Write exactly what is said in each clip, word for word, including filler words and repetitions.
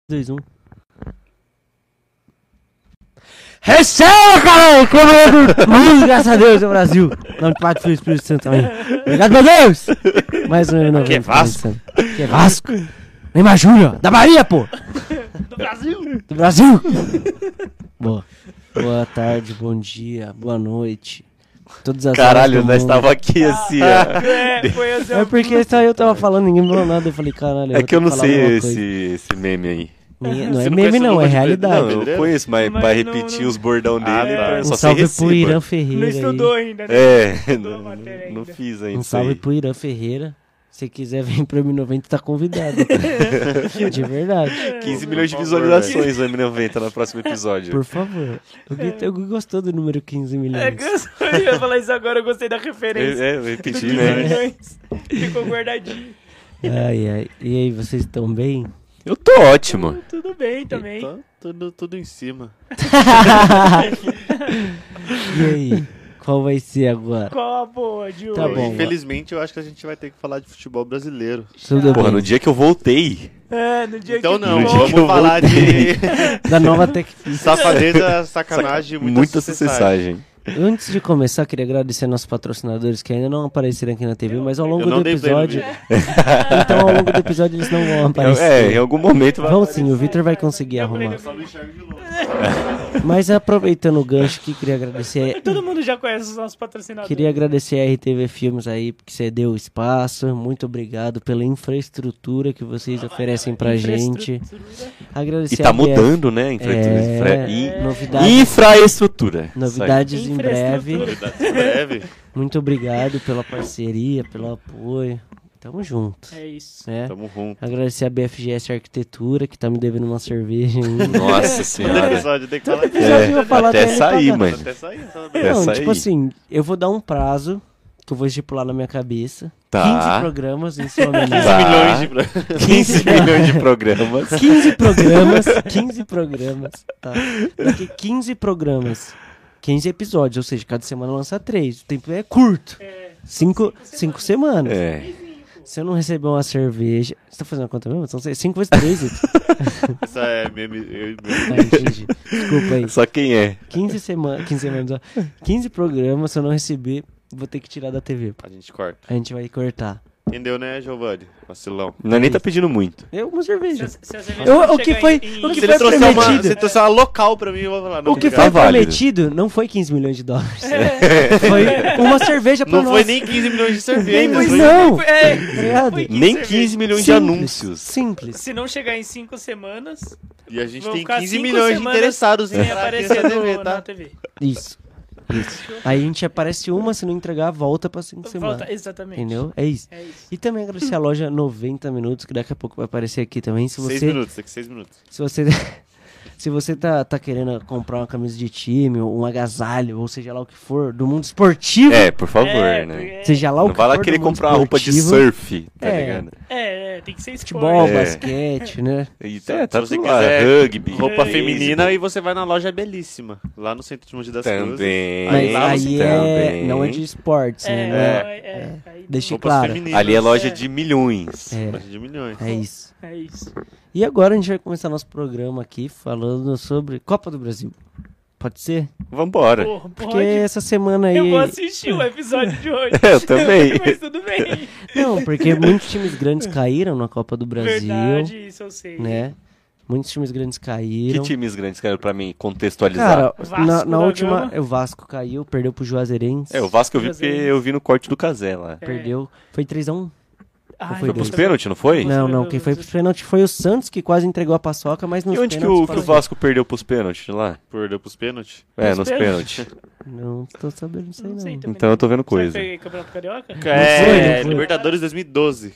dois, um. Receba, caralho! Como muito, graças a Deus, é Brasil. Não de Pai do Filho e Espírito Santo também. Obrigado, meu Deus! Mais um ano. Que é Vasco? Que é Vasco? Neymar Júnior, da Bahia, pô! Do Brasil! Do Brasil! Boa. Boa tarde, bom dia, boa noite. Todas as Caralho, nós tava aqui assim, ó. É, foi assim, É porque só eu tava falando, ninguém me falou nada. Eu falei, caralho. É que eu não falar sei alguma esse, coisa. esse meme aí. Ninguém- Não Você é não meme, conhece o não, é Luva de realidade. Pedreiro? Não, eu conheço, mas, Mas pra não- repetir não- os bordão dele, Ah, eu tá. Um só sei salve pro recibo. Irã Não Ferreira. aí. estudou ainda, né? É, Não estudou a não, matéria ainda. não fiz ainda Um isso salve aí. pro Irã Ferreira. Se quiser vir pro M noventa, tá convidado. De verdade. quinze milhões de Por favor, visualizações no M noventa no próximo episódio. Por favor. O Gui, o Gui gostou do número quinze milhões. É, que eu eu ia falar isso agora, eu gostei da referência. É, é, eu Do repeti, quinze né? milhões. Ficou guardadinho. Ai, ai. E aí, vocês estão bem? Eu tô ótimo. Tudo bem também. Tá tudo, tudo em cima. E aí? Qual vai ser agora? Qual a boa de hoje? Tá bom. Infelizmente, eu acho que a gente vai ter que falar de futebol brasileiro. Tudo Porra, bem. no dia que eu voltei. É, no dia Então que não, No dia vamos que eu falar de Da nova Tecfix. safadeza, sacanagem e muita, Muita sucessagem. sucessagem. Antes de começar, queria agradecer nossos patrocinadores que ainda não apareceram aqui na T V, mas ao longo Eu não do dei play no episódio. vídeo. Então, ao longo do episódio, eles não vão aparecer. É, em algum momento vai. Vão sim, o Vitor vai conseguir Eu falei, arrumar. eu falei. Mas aproveitando o gancho que queria agradecer. Todo mundo já conhece os nossos patrocinadores. Queria agradecer a R T V Filmes aí, porque você deu espaço. Muito obrigado pela infraestrutura que vocês oferecem pra gente. Infraestrutura. Agradecer E tá a B F mudando, né? Infra... É, infra- in- novidades, Infraestrutura. novidades em breve. Infraestrutura. Breve. Muito obrigado pela parceria, pelo apoio. Tamo junto. É isso. Né? Tamo junto. Agradecer a B F G S Arquitetura, que tá me devendo uma cerveja ainda. Nossa Todo senhora. episódio tem que falar disso. episódio eu vou falar até até ele sair, pagar. mano. Até sair, tá Até Não, sair. tipo assim, eu vou dar um prazo que eu vou estipular na minha cabeça. Tá. quinze programas em sua quinze homenagem. Tá. milhões de... pro- quinze milhões de programas. quinze programas, quinze programas, tá? Daqui quinze programas, quinze episódios, ou seja, cada semana lança três. O tempo é curto. É, Cinco, cinco semanas. É. Se eu não receber uma cerveja... Você tá fazendo a conta mesmo? São seis- cinco vezes três. Isso é meme. eu- Ah, entendi. Desculpa aí. Só quem é. quinze semanas, quinze semanas, ó. quinze programas, se eu não receber, vou ter que tirar da T V. A gente corta. A gente vai cortar. Entendeu, né, Giovanni? Vacilão. Não nem tá pedindo muito. Eu, uma cerveja. Se, se a cerveja Eu- não o que chegar foi- em- o que Se foi ele trouxer uma, prometido. se trouxer uma local pra mim, eu vou falar. Não, O que obrigado. foi Tá válido. prometido não foi quinze milhões de dólares. Foi uma cerveja pra Não nós. foi nem quinze milhões de cervejas. Pois foi- não. É, Tá ligado? foi Nem cervejas. quinze milhões de Simples, anúncios. Simples. Se não chegar em cinco semanas, E a gente vão tem ficar quinze cinco milhões de semanas interessados em sem entrar aqui aparecer nessa no- T V, tá? na T V. Isso. Isso. Aí a gente aparece uma, se não entregar, volta pra cinco semanas. Volta, exatamente. Entendeu? É isso. É isso. E também agradecer a loja noventa minutos, que daqui a pouco vai aparecer aqui também. Se Seis você, minutos, tem que seis minutos. se você, se você tá, tá querendo comprar uma camisa de time, ou um agasalho, ou seja lá o que for, do mundo esportivo, É, por favor, É, né? porque- seja lá o Não que vai lá for querer do mundo comprar uma roupa de esportivo, surf, tá É. ligado? É, é, tem que ser futebol, esporte. É. basquete, né? E, Se é, tá você tudo lá. quiser Rugby. Roupa É. feminina e você vai na loja Belíssima, lá no centro de Mogi das Cruzes. Também. Mas lá aí você é, também. não é de esportes, É, né? é, Não é- é, aí- Deixa Roupas claro. femininas. Ali é loja É. de milhões. É, Loja de milhões. é isso. É isso. E agora a gente vai começar nosso programa aqui falando sobre Copa do Brasil. Pode ser? Vambora. Porra, Porque pode. essa semana aí... Eu vou assistir o episódio de hoje. Eu também. Mas tudo bem. Não, porque muitos times grandes caíram na Copa do Brasil, Verdade, isso eu sei. né? Muitos times grandes Que caíram. times grandes, cara, pra mim contextualizar? Cara, Vasco na, na da última, Gama. o Vasco caiu, perdeu pro Juazeirense. É, o Vasco eu vi Brasil. porque eu vi no corte do Casé lá. É. Perdeu. Foi três a um? Ai, Foi Foi pros dois. pênaltis, não foi? Não, não. Quem foi pros pênaltis foi o Santos, que quase entregou a paçoca, mas nos E onde que pênaltis o, que o passou. Vasco perdeu pros pênaltis lá? Perdeu pros pênaltis. É, Nos nos pênaltis? pênaltis. Não tô sabendo disso aí, Não não. sei também. Então eu tô vendo Será que coisa. foi Campeonato Carioca? É, foi, não foi. Libertadores dois mil e doze.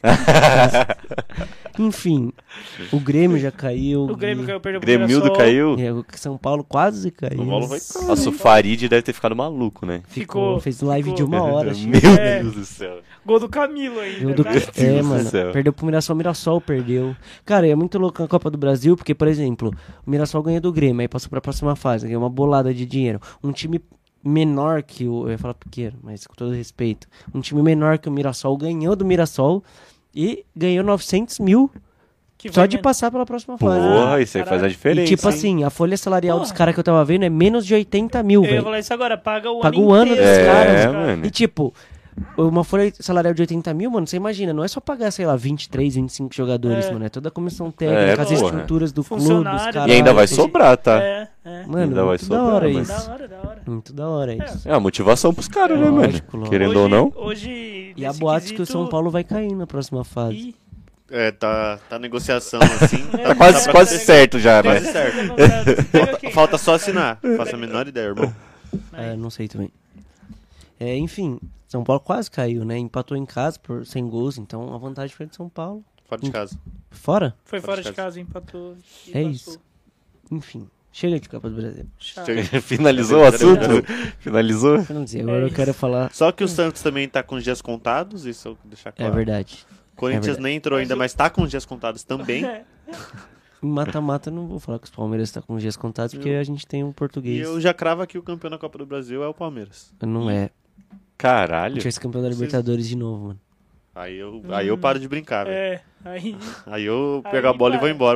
Enfim, o Grêmio já caiu. O Grêmio caiu, perdeu pro Grêmildo Mirassol. caiu? É, o São Paulo quase caiu. O Paulo foi... Nossa, o Farid deve ter ficado maluco, né? Ficou, Ficou, fez live ficou. de uma hora. Meu Chico. É. Deus do céu. Gol do Camilo ainda, Viu do- tá? É, Deus do mano, céu. perdeu pro Mirassol, o Mirassol perdeu. Cara, é muito louco na Copa do Brasil, porque, por exemplo, o Mirassol ganha do Grêmio, aí passou pra próxima fase, ganhou uma bolada de dinheiro. Um time menor que o... Eu ia falar pequeno, mas com todo respeito. Um time menor que o Mirassol ganhou do Mirassol e ganhou novecentos mil Que Só vai de men- passar pela próxima fase. Porra, isso aí caralho. faz a E diferença. tipo hein? assim, a folha salarial Porra. dos caras que eu tava vendo é menos de oitenta mil, Eu ia velho. falar isso agora, paga o Paga ano o ano inteiro. dos É, caras, mano. E tipo, uma folha salarial de oitenta mil, mano, você imagina, não é só pagar, sei lá, vinte e três, vinte e cinco jogadores, É. mano. É toda a comissão técnica, as porra. estruturas do clube, os Funcionário. caras. E ainda vai sobrar, tá? É, é. Mano, Ainda vai muito da sobrar, hora mas- isso. Da hora, da hora. Muito da hora isso. É uma motivação pros caras, né, mano? Lógico, lógico. Querendo hoje, ou não. Hoje, E há nesse boatos que o quesito- São Paulo vai cair na próxima fase. Ih, É, tá, tá negociação assim. Tá Quase, tá pra quase acontecer. certo já, Quase né? certo. Pega quem? Falta só assinar. Faço a menor ideia, irmão. É, não sei também. É, enfim, São Paulo quase caiu, né? Empatou em casa por sem gols, então a vantagem foi de São Paulo. Fora de casa. Fora? Foi Fora fora de de casa, empatou. e É passou. isso. Enfim, chega de Copa do Brasil. Chato. Finalizou o assunto? Finalizou? Eu não sei, agora É eu isso. quero falar. Só que o Santos também tá com os dias contados, isso eu vou deixar É claro. verdade. O Corinthians é verdade. nem entrou ainda, mas tá com os dias contados também. É. Em mata-mata, eu não vou falar que os Palmeiras estão com os dias contados, porque Eu- a gente tem um E português. eu já cravo aqui o campeão da Copa do Brasil é o Palmeiras. Não é. A Caralho. gente vai ser campeão da Vocês- Libertadores de novo, mano. Aí eu, aí eu paro de brincar, velho. É, aí. Aí eu Aí pego a bola e vou para. embora.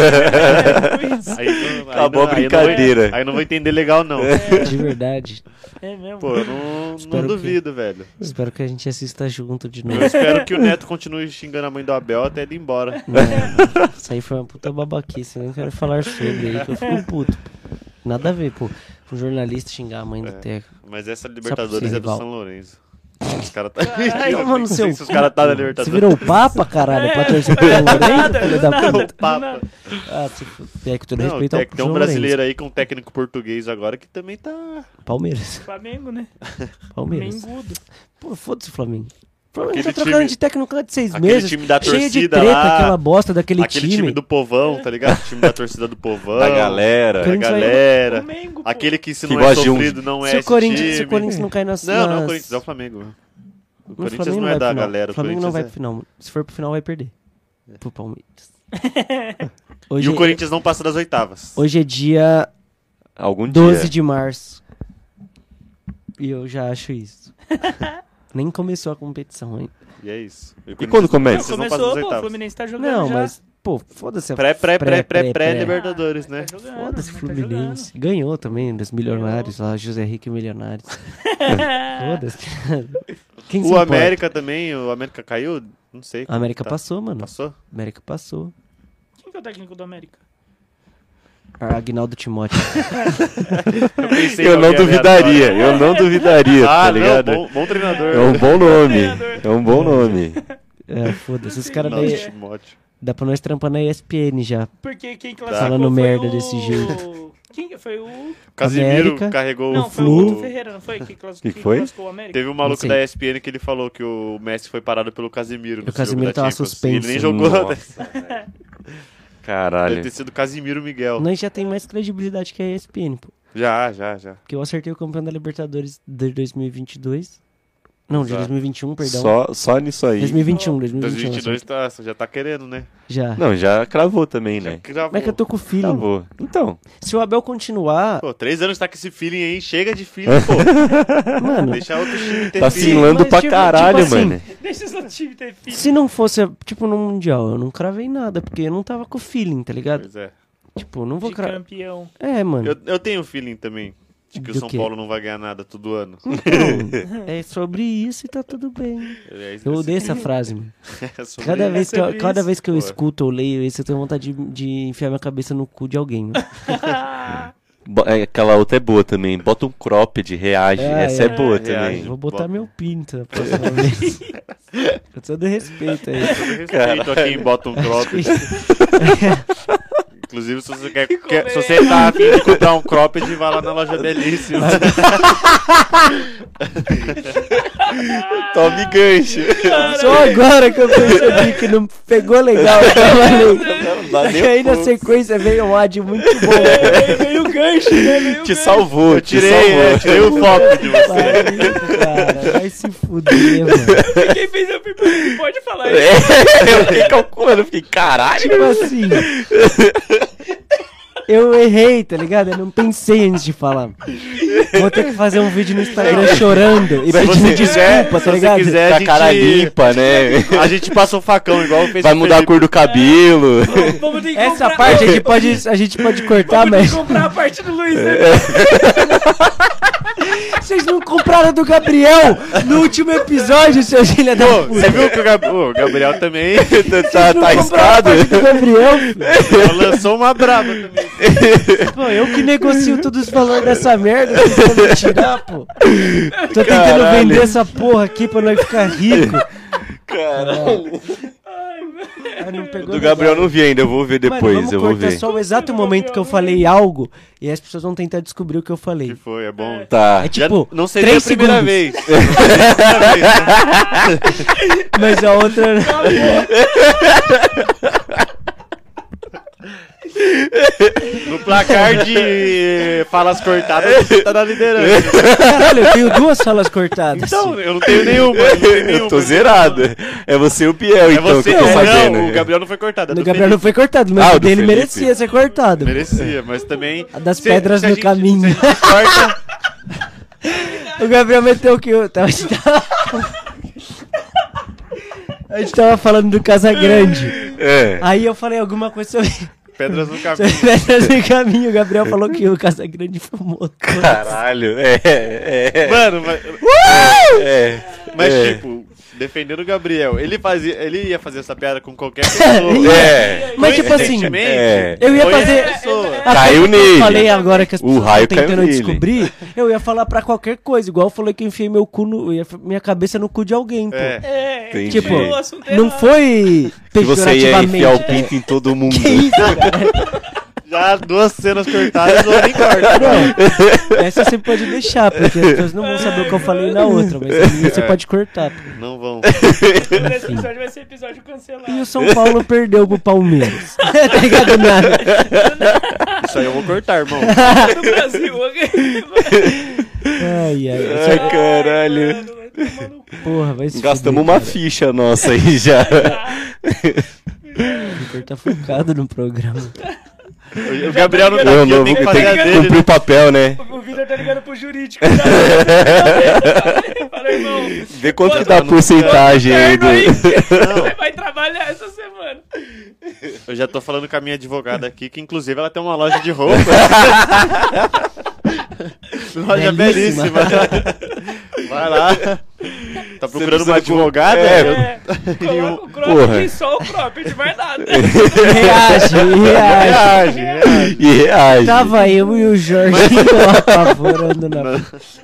É, isso. Aí não, aí Acabou não- a aí não vou- brincadeira. Aí não vou entender legal, não. De verdade. É mesmo. Pô, eu não, Espero não que- duvido, velho. Espero que a gente assista junto de novo. Eu espero que o Neto continue xingando a mãe do Abel até ele ir embora. Não, isso aí foi uma puta babaquice, eu nem quero falar sobre aí, que eu fico puto. Nada a ver, pô. Um jornalista xingar a mãe do É. técnico. Mas essa ser Libertadores é do rival. São Lourenço. Os caras tá. Caralho, Eu mano, nem sei seu se os caras tá na Você Libertadores. virou o Papa, caralho, pra torcer pro É, São do Lourenço, nada, filho do da nada. puta? O Papa. Não. Ah, se- é que todo Não, respeito tem, ao tem São um Lourenço. brasileiro aí com um técnico português agora que também tá. Palmeiras. Flamengo, né? Palmeiras. Mengudo. Pô, foda-se o Flamengo. O Flamengo tá Aquele trocando time- de técnico há de seis aquele meses. time da cheio de torcida treta, lá, aquela bosta daquele Aquele time. do povão, tá ligado? O time da torcida do povão. Da galera. Da Corinthians vai- galera. O Mengo, pô. Aquele que se Que não é gosta de um- sofrido não é Se o, esse Corinthians, se o time. Corinthians não cai nas... Não, não é nas- o Corinthians, é o Flamengo. O O Corinthians Flamengo não é vai da pro final. galera. O Flamengo não vai pro Corinthians final. Se for pro final, vai perder. Pro Palmeiras. é- Hoje, E o Corinthians não passa das oitavas. hoje é dia Algum doze dia. de março. E eu já acho isso. Nem começou a competição ainda. E é isso. o E Corinthians- quando começa? Corinthians não passa Começou, das pô, o oitavas. Fluminense tá jogando Não, já. mas, pô, foda-se. a Pré, pré, pré, pré, pré, pré. Libertadores, né? Tá jogando, Foda-se, mas Fluminense. Ganhou também dos milionários lá, José Henrique Milionários. Foda-se. Quem se O importa? América também, o América caiu? Não sei. A como América tá. passou, mano. Passou? América passou. Quem que é o técnico do América? Aguinaldo Timóteo. Eu, pensei em Eu não alguém duvidaria, aleatório. eu não duvidaria, Ah, tá não, ligado? bom, bom treinador. É um bom nome. É um bom nome. É, foda-se. Os caras Não, daí. Timóteo. Dá pra nós trampar na E S P N já. Porque quem Tá. classificou Falando foi merda o... desse jeito. Quem que foi o... Casimiro América. carregou Não, o foi o Flu. Guto Ferreira, não foi? Que, class... Que que foi? classificou o América? Teve um Não maluco sei. da E S P N que ele falou que o Messi foi parado pelo Casimiro. O nesse Casimiro jogo da tava Champions. suspenso. Ele nem jogou. Nossa, velho. Deve Caralho. ter sido Casimiro Miguel. Nós já tem mais credibilidade que a E S P N, pô. Já, já, já. Porque eu acertei o campeão da Libertadores de dois mil e vinte e dois. Não, de Exato. dois mil e vinte e um, perdão. Só, só nisso aí. dois mil e vinte e um, dois mil e dois vinte mil e um. e vinte e dois tá, já tá querendo, né? Já. Não, já cravou também, né? Gravou. Como é que eu tô com o feeling? Cravou. Então, Se o Abel continuar, Pô, três anos tá com esse feeling aí, chega de feeling, pô. mano, Deixa outro time ter tá feeling. filando mas pra tipo- caralho, tipo assim, mano. Deixa o seu time ter filho. se não fosse, tipo, no Mundial, eu não cravei nada, porque eu não tava com o feeling, tá ligado? Pois é. Tipo, eu não vou De cravar. campeão. É, mano. Eu, eu tenho feeling também de que Do o São quê? Paulo não vai ganhar nada todo ano. Então, é sobre isso e tá tudo bem. É isso, Eu assim, odeio essa frase, mano. é sobre Cada isso. vez que eu, sobre cada isso, vez que eu pô. escuto ou leio isso, eu tenho vontade de, de enfiar minha cabeça no cu de alguém, mano. Bo- é, aquela outra é boa também. Bota um cropped, reage. É, Essa é. é, boa Reage. também. Vou botar Bota. meu pinto a próxima vez. Com todo respeito aí. Todo respeito a quem bota um cropped. Inclusive, se você, quer, quer- se você tá afim de comprar um cropped, vai lá na loja Belíssima. Tome gancho. Só agora que eu percebi que não pegou legal, eu tava Dá lendo. nem Aí na pouco. sequência veio um ad muito bom. Veio o gancho, né? Veio o Te gancho. salvou, Eu te tirei, salvou. é, tirei o foco de você. Vai, cara, vai se fuder, mano. Quem fez a pergunta pode falar isso. É, eu fiquei calculando, eu fiquei, caralho. Tipo assim. Eu errei, tá ligado? Eu não pensei antes de falar. Vou ter que fazer um vídeo no Instagram chorando e Se pedindo você quiser, desculpa, se tá você ligado? quiser, Com a a cara gente- limpa, né? A gente passa um facão, igual fez Vai com o mudar a Felipe. cor do cabelo. Vamos ter que Essa comprar... parte a gente pode, a gente pode cortar, Vamos ter mas que comprar a parte do Luiz, né? vocês não compraram do Gabriel no último episódio, seu filho da Pô, puta. você viu que o, Gab- o Gabriel também tá Não tá compraram a arriscado? parte do Gabriel, filho. lançou uma braba também. Pô, eu que negocio todos os valores dessa merda, vocês vão me tirar, pô. Tô tentando Caralho. vender essa porra aqui pra nós ficar rico. Caralho. Ah, não pegou Do Gabriel legal. não vi ainda, eu vou ver Mano, depois, vamos eu vou cortar ver. só o exato momento que eu falei algo e as pessoas vão tentar descobrir o que eu Que falei. foi, é bom. Tá. É tipo, Já não seria a três primeira segundos. vez. Não seria a primeira vez, né? Mas a outra... No placar de falas cortadas, você tá na liderança. Caralho, eu tenho duas falas cortadas. Então, eu não tenho nenhuma. Eu, não tenho nenhuma. Eu tô zerado. É você e o Biel, É então, você, que eu tô é, fazendo. não, o Gabriel não foi cortado. é O do Gabriel não Felipe. foi cortado, mas Ah, o o do dele Felipe. merecia ser cortado. Merecia, mas também... A das se- pedras se a no gente- caminho. se a gente corta... O Gabriel meteu o que? eu- A gente tava... A gente tava falando do Casagrande. É. Aí eu falei alguma coisa sobre... Pedras no sobre caminho. pedras no caminho. O Gabriel falou que o Casagrande fumou. Caralho, é, é, é. Mano, mas, é, mas é. tipo, defendendo o Gabriel, ele, fazia, ele ia fazer essa piada com qualquer pessoa. É. Mas tipo assim, Coincidentemente, é. eu ia foi fazer... essa pessoa. A Caiu coisa que nele. Eu falei agora que as O pessoas raio estão caiu tentando nele. descobrir, eu ia falar pra qualquer coisa, igual eu falei que eu enfiei meu cu no, eu ia- minha cabeça no cu de alguém, pô. É. É, Entendi. Tipo, o assunto é não errado. foi Que você ia pejorativamente. enfiar o pinto em todo mundo. Que isso, cara? Já duas cenas cortadas, ou nem corta. Não, essa você pode deixar, porque as pessoas não vão saber o que eu falei na outra, mas a minha você pode cortar. pô. Não vão. Esse episódio vai ser episódio cancelado. E o São Paulo perdeu pro Palmeiras. Tá ligado nada? Isso aí eu vou cortar, irmão. Do Brasil, ok? Ai, ai. Ai, Essa caralho. Mano, vai tomar no cu. porra, vai se Gastamos fuder, uma cara. ficha nossa aí já. O Vitor tá focado no programa. O Gabriel não tá Eu aqui, eu não tenho vou que ter fazer a que dele. cumprir papel, né? O Vitor tá ligando pro jurídico. Fala, irmão. Vê quanto que Quanto- dá a porcentagem aí Terno aí. do... Você vai trabalhar essa semana. Eu já tô falando com a minha advogada aqui, que inclusive ela tem uma loja de roupa. Loja Belíssima. belíssima. Vai lá. Tá procurando Você uma precisa de- advogada? É. Eu- É, coloca o crop Porra. aqui, só o crop, de mais nada. Reage, reage. Reage, reage. E reage. Tava eu e o Jorginho apavorando na.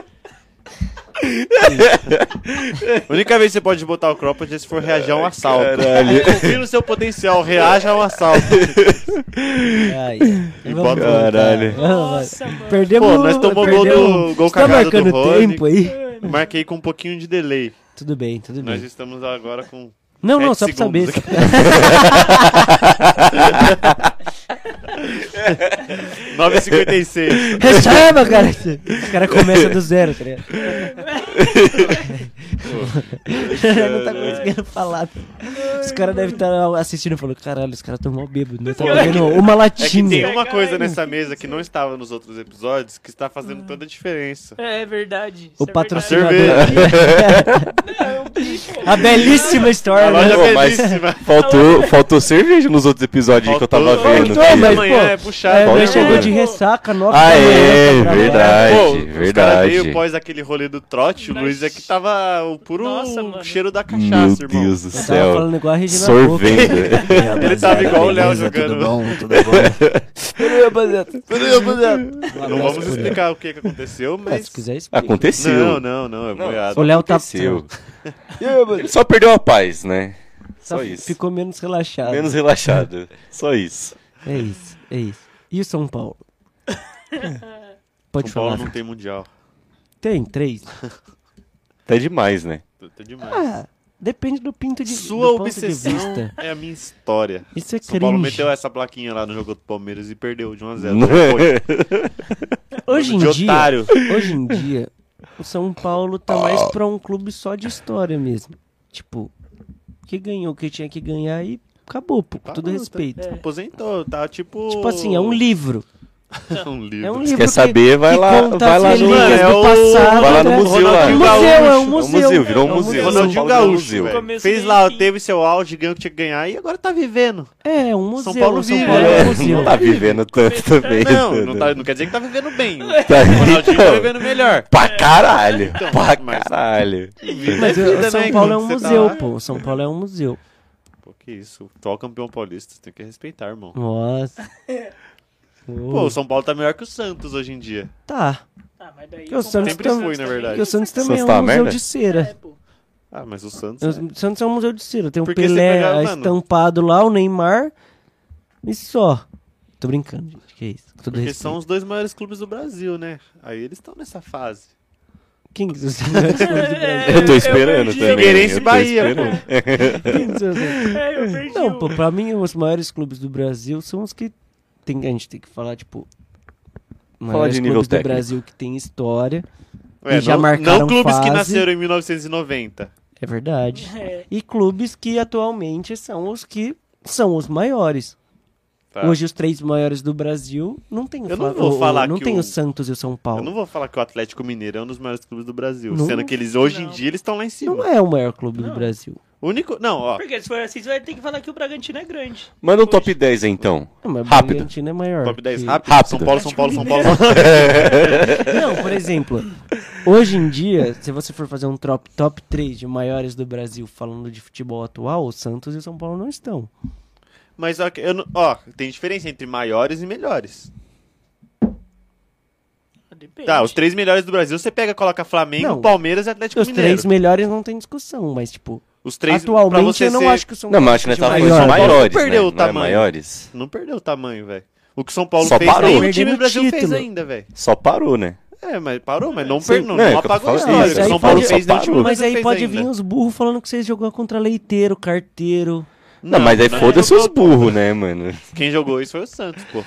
A única vez que você pode botar o cropped é se for reagir a um assalto. Caralho. Confie no seu potencial, reaja a um assalto. Ai, E vamos bota- voltar. Caralho. Vamos, Nossa, mano. Perdemos. Pô, nós tomamos gol perdemos- do- gol Você tá cagado marcando do Rony. tempo aí? Eu marquei com um pouquinho de delay. Tudo bem, tudo bem. Nós estamos agora com. Não, não, sete só pra saber. segundos nove e cinquenta e seis. Receba, cara. Os caras começam do zero, tá ligado? Não tá conseguindo falar. Os caras devem estar assistindo e falando: caralho, os caras estão mal bêbados. Né? Tá vendo uma É que tem latinha. uma coisa nessa mesa que não estava nos outros episódios que está fazendo toda a diferença. É verdade. O isso é patrocinador. verdade. Cerveja. Não, é um bicho. A belíssima A história. loja né? Pô, mas belíssima. faltou, faltou cerveja nos outros episódios aí que eu tava Faltou. vendo. Faltou, mas, Amanhã pô, é puxado, É, né, nós chegou mano? de ressaca, nove Ah, da manhã é, pra gravar. verdade. Pô, os caras verdade. veio pós aquele rolê do trote, o Nós- Luiz é que tava o puro Nossa, mano. cheiro da Meu cachaça, irmão. Deus do Eu tava céu. falando igual a Regina Sorvendo. Ele tava igual o Léo jogando. Tudo bom, tudo bom. Não vamos explicar o que, que aconteceu, Mas mas. se quiser explica. Aconteceu. Não, não, não, é boiado. O Léo tá Aconteceu. Ele só perdeu a paz, né? só Só isso. ficou menos relaxado. Menos relaxado. Só isso. É isso, é isso. E o São Paulo? Pode São Paulo falar. não tem mundial. Tem, três. Tá demais, né? Tá demais. Ah, depende do pinto de Sua do ponto obsessão de vista. é a minha história. Isso é São Paulo cringe. meteu essa plaquinha lá no jogo do Palmeiras e perdeu de um a zero. Não é? Hoje em de dia, otário. hoje em dia, o São Paulo tá mais pra um clube só de história mesmo. Tipo, que ganhou o que tinha que ganhar e acabou, pô, com todo Tá, respeito. Aposentou, tá tipo. Tipo assim, é um livro. Um livro. É um Se livro quer que- saber, vai que lá, conta vai as lá no, relíquias é do o- passado, vai lá no né? museu lá. É um Ronaldinho museu, é um Gaúcho. É um museu. museu, virou um É um museu. museu. Ronaldinho São Paulo virou um Gaúcho, museu. velho. Começo, Fez meio lá, e fim. teve seu auge, ganhou o que tinha que ganhar e agora tá vivendo. É, um museu. São Paulo São vive, Paulo é né? um museu. Não tá vivendo tanto também. Não, né? não, tá, não quer dizer que tá vivendo bem. O Tá, Ronaldinho tá então, vivendo melhor. pra caralho, Então, pra mas- caralho. Mas É o vida, São né, Paulo é um enquanto você tá museu, lá. pô. São Paulo é um museu. Pô, que isso. Atual campeão paulista, você tem que respeitar, irmão. Nossa. Pô, o São Paulo tá melhor que o Santos hoje em dia. Tá. Ah, mas daí... Que o Santos Sempre também- foi, na verdade. Porque o Santos também é Santos tá um uma museu merda? de cera. É, pô. Ah, mas o Santos... é. O Santos é um museu de cera. Tem o Porque você Pelé pega, mano- estampado lá, o Neymar. E só. Tô brincando, gente. Que isso? Com todo Porque respeito. são os dois maiores clubes do Brasil, né? Aí eles estão nessa fase. Quem que são os maiores clubes do Brasil? Eu tô Eu esperando perdi. também. Figueirense eu e tô Bahia, esperando. Quem que são os- É, eu perdi Não, o- pô, pra mim os maiores clubes do Brasil são os que tem, a gente tem que falar, tipo, maiores de nível clubes do técnico. Brasil que tem história. É, E já não, marcaram não clubes que fase. nasceram em mil novecentos e noventa. É verdade. É. E clubes que atualmente são os que são os maiores. Tá? Hoje os três maiores do Brasil não tem o Eu não Fla- vou o- falar não que tem o- o Santos e o São Eu Paulo. não vou falar que o Atlético Mineiro é um dos maiores clubes do Brasil. Não. Sendo que eles, hoje em Não. dia, eles estão lá em cima. Não é o maior clube do Não. Brasil. O único... Não, ó. Porque se for assim, você vai ter que falar que o Bragantino é grande. Manda um top dez aí, então. Não, mas o Rápido. Bragantino é maior. Top dez que- rápido. Rápido. São Paulo, São Paulo, São Paulo. Não, por exemplo, hoje em dia, se você for fazer um top, top três de maiores do Brasil falando de futebol atual, o Santos e o São Paulo não estão. Mas ó, eu não- ó, tem diferença entre maiores e melhores. Depende. Tá, os três melhores do Brasil, você pega, coloca Flamengo, Não. Palmeiras e Atlético Os Mineiro. três melhores não tem discussão, mas tipo, Os três, pra atualmente você eu não ser- acho que o São Não, Paulo mas acho que nós seja tava maior. falando de São Paulo maiores, perdeu né? o Não é tamanho. maiores. Não perdeu o tamanho, velho. O que o São Paulo Só fez, parou. nem o Perdendo time do Brasil fez título. ainda, velho. Só parou, né? É, mas parou, mas não, Sim, per... não, não, é não que eu tô apagou a falando história. isso, O que aí o São Paulo pode- fez, nem o time do Mas Brasil aí fez pode ainda. vir os burros falando que vocês jogam contra leiteiro, carteiro. Não, mas aí não foda-se os jogou, burros, né, mano? Quem jogou isso foi o Santos, pô.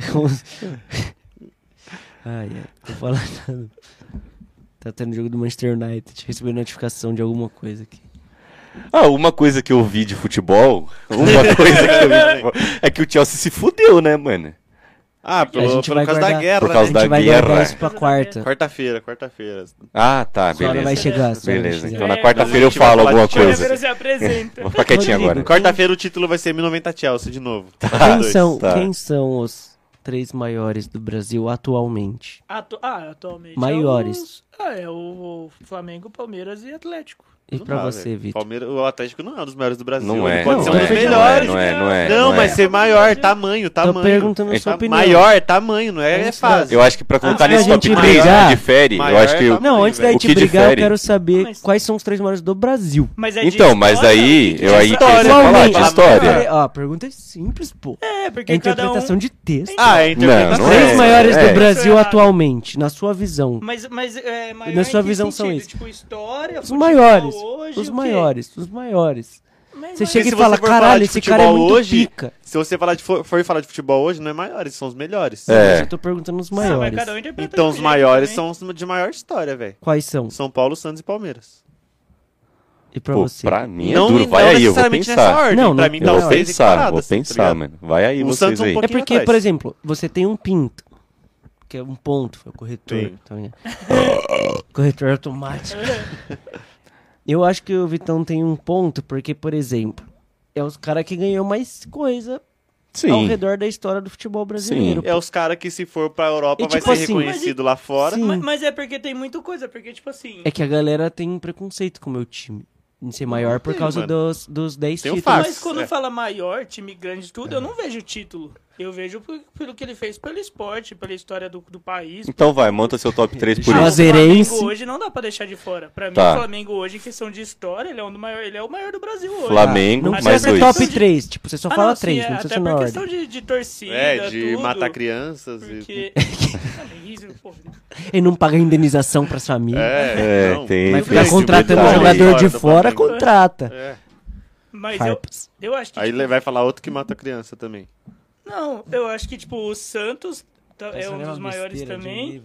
Ai, ai, tô falando nada. Tá tendo jogo do Manchester United, recebi notificação de alguma coisa aqui. Ah, uma coisa que eu vi de futebol, uma coisa que eu vi de futebol, é que o Chelsea se fudeu, né, mano? Ah, A pelo, gente pelo vai causa guardar- da guerra, Por causa A né? da gente vai guerra. guardar isso pra quarta. Quarta-feira, quarta-feira. Ah, tá, A senhora beleza. vai chegar, a senhora vai Beleza, chegar. então na É, quarta-feira a eu gente vai falo falar alguma de Chelsea. coisa. Você apresenta. Vou ficar quietinho Rodrigo, agora. Quarta-feira o título vai ser mil e noventa Chelsea de novo. Quem Dois. são, tá. quem são os três maiores do Brasil atualmente? Atu- Ah, atualmente. Maiores. É os- Ah, é o Flamengo, Palmeiras e Atlético. E Não pra dá, você, velho. Vitor? Palmeiras, o Atlético não é um dos maiores do Brasil. Não Ele é, pode não ser um dos é, melhores. não é, não é, Não, não mas é. ser maior, tamanho, Tô tamanho. perguntando a sua É, opinião. Maior, tamanho, não é, é Vamos fase. Eu acho que pra colocar Antes nesse da top gente três, brigar, que difere, eu maior acho que... tá- Não, antes da O gente que brigar, eu difere? quero saber Mas- quais são os três maiores do Brasil. Mas é de Então, mas história, aí, de eu aí história. queria falar de Atualmente, história. É, ó, a pergunta é simples, pô. É, porque É cada um... interpretação de texto. Ah, é interpretação. Não, Os não três é. maiores É. do Brasil Isso é atualmente, na sua visão. Mas, mas é maior Na sua em que visão são sentido? esses. Tipo, história, Os futebol maiores. hoje, Os o quê? maiores, os maiores. Mas- Você mas- chega se e você fala, for falar caralho, de esse cara é futebol muito hoje, pica. Se você falar de, for, for falar de futebol hoje, não é maiores, são os melhores. É. Eu tô perguntando os Ah, mas maiores. cada um interpreta Então de um os jeito maiores também. são os de maior história, velho. Quais são? São Paulo, Santos e Palmeiras. E pra Pô, você? pra mim é não duro. Vai não aí, eu vou necessariamente nessa pensar. ordem. Não, pra não- mim eu tá Eu os vou três pensar, separados, vou assim, tá pensar, ligado? mano. Vai aí O vocês Santos um aí. pouquinho É porque, atrás. por exemplo, você tem um Pinto, que é um ponto, foi o corretor. Sim. Tá vendo? Corretor automático. Eu acho que o Vitão tem um ponto, porque, por exemplo, é os caras que ganhou mais coisa ao Sim. redor da história do futebol brasileiro. É os caras que se for pra Europa E, vai tipo ser assim, reconhecido lá fora. Sim. Mas, mas é porque tem muita coisa, porque tipo assim... É que a galera tem um preconceito com o meu time. Em ser maior por tem, causa mano. dos, dos dez Tem o títulos. fato. Mas quando É. fala maior, time grande e tudo, eu não vejo título. Eu vejo por- pelo que ele fez pelo esporte, pela história do, do país. Então vai, monta seu top três por Ah, isso. Juazeiro. o Juazeirense. Flamengo hoje não dá pra deixar de fora. Pra mim, Tá. o Flamengo hoje, em questão de história, ele é, um do maior, ele é o maior do Brasil hoje. Flamengo, Não Até precisa mais ser dois. top três, tipo, você só Ah, fala não, sim, três, é, não precisa até ser na por ordem. questão de, de torcida, É, de tudo, matar crianças. e- Porque... Ah, isso, pô. Ele não paga indenização pras famílias. É, É, não. tem- Vai tem ficar esse contratando detalhe. jogador de do fora, Flamengo. contrata. É. Mas eu, Farpas. eu acho que... Aí tipo, ele vai falar outro que mata criança também. Não, eu acho que, tipo, o Santos tá- é um dos maiores também.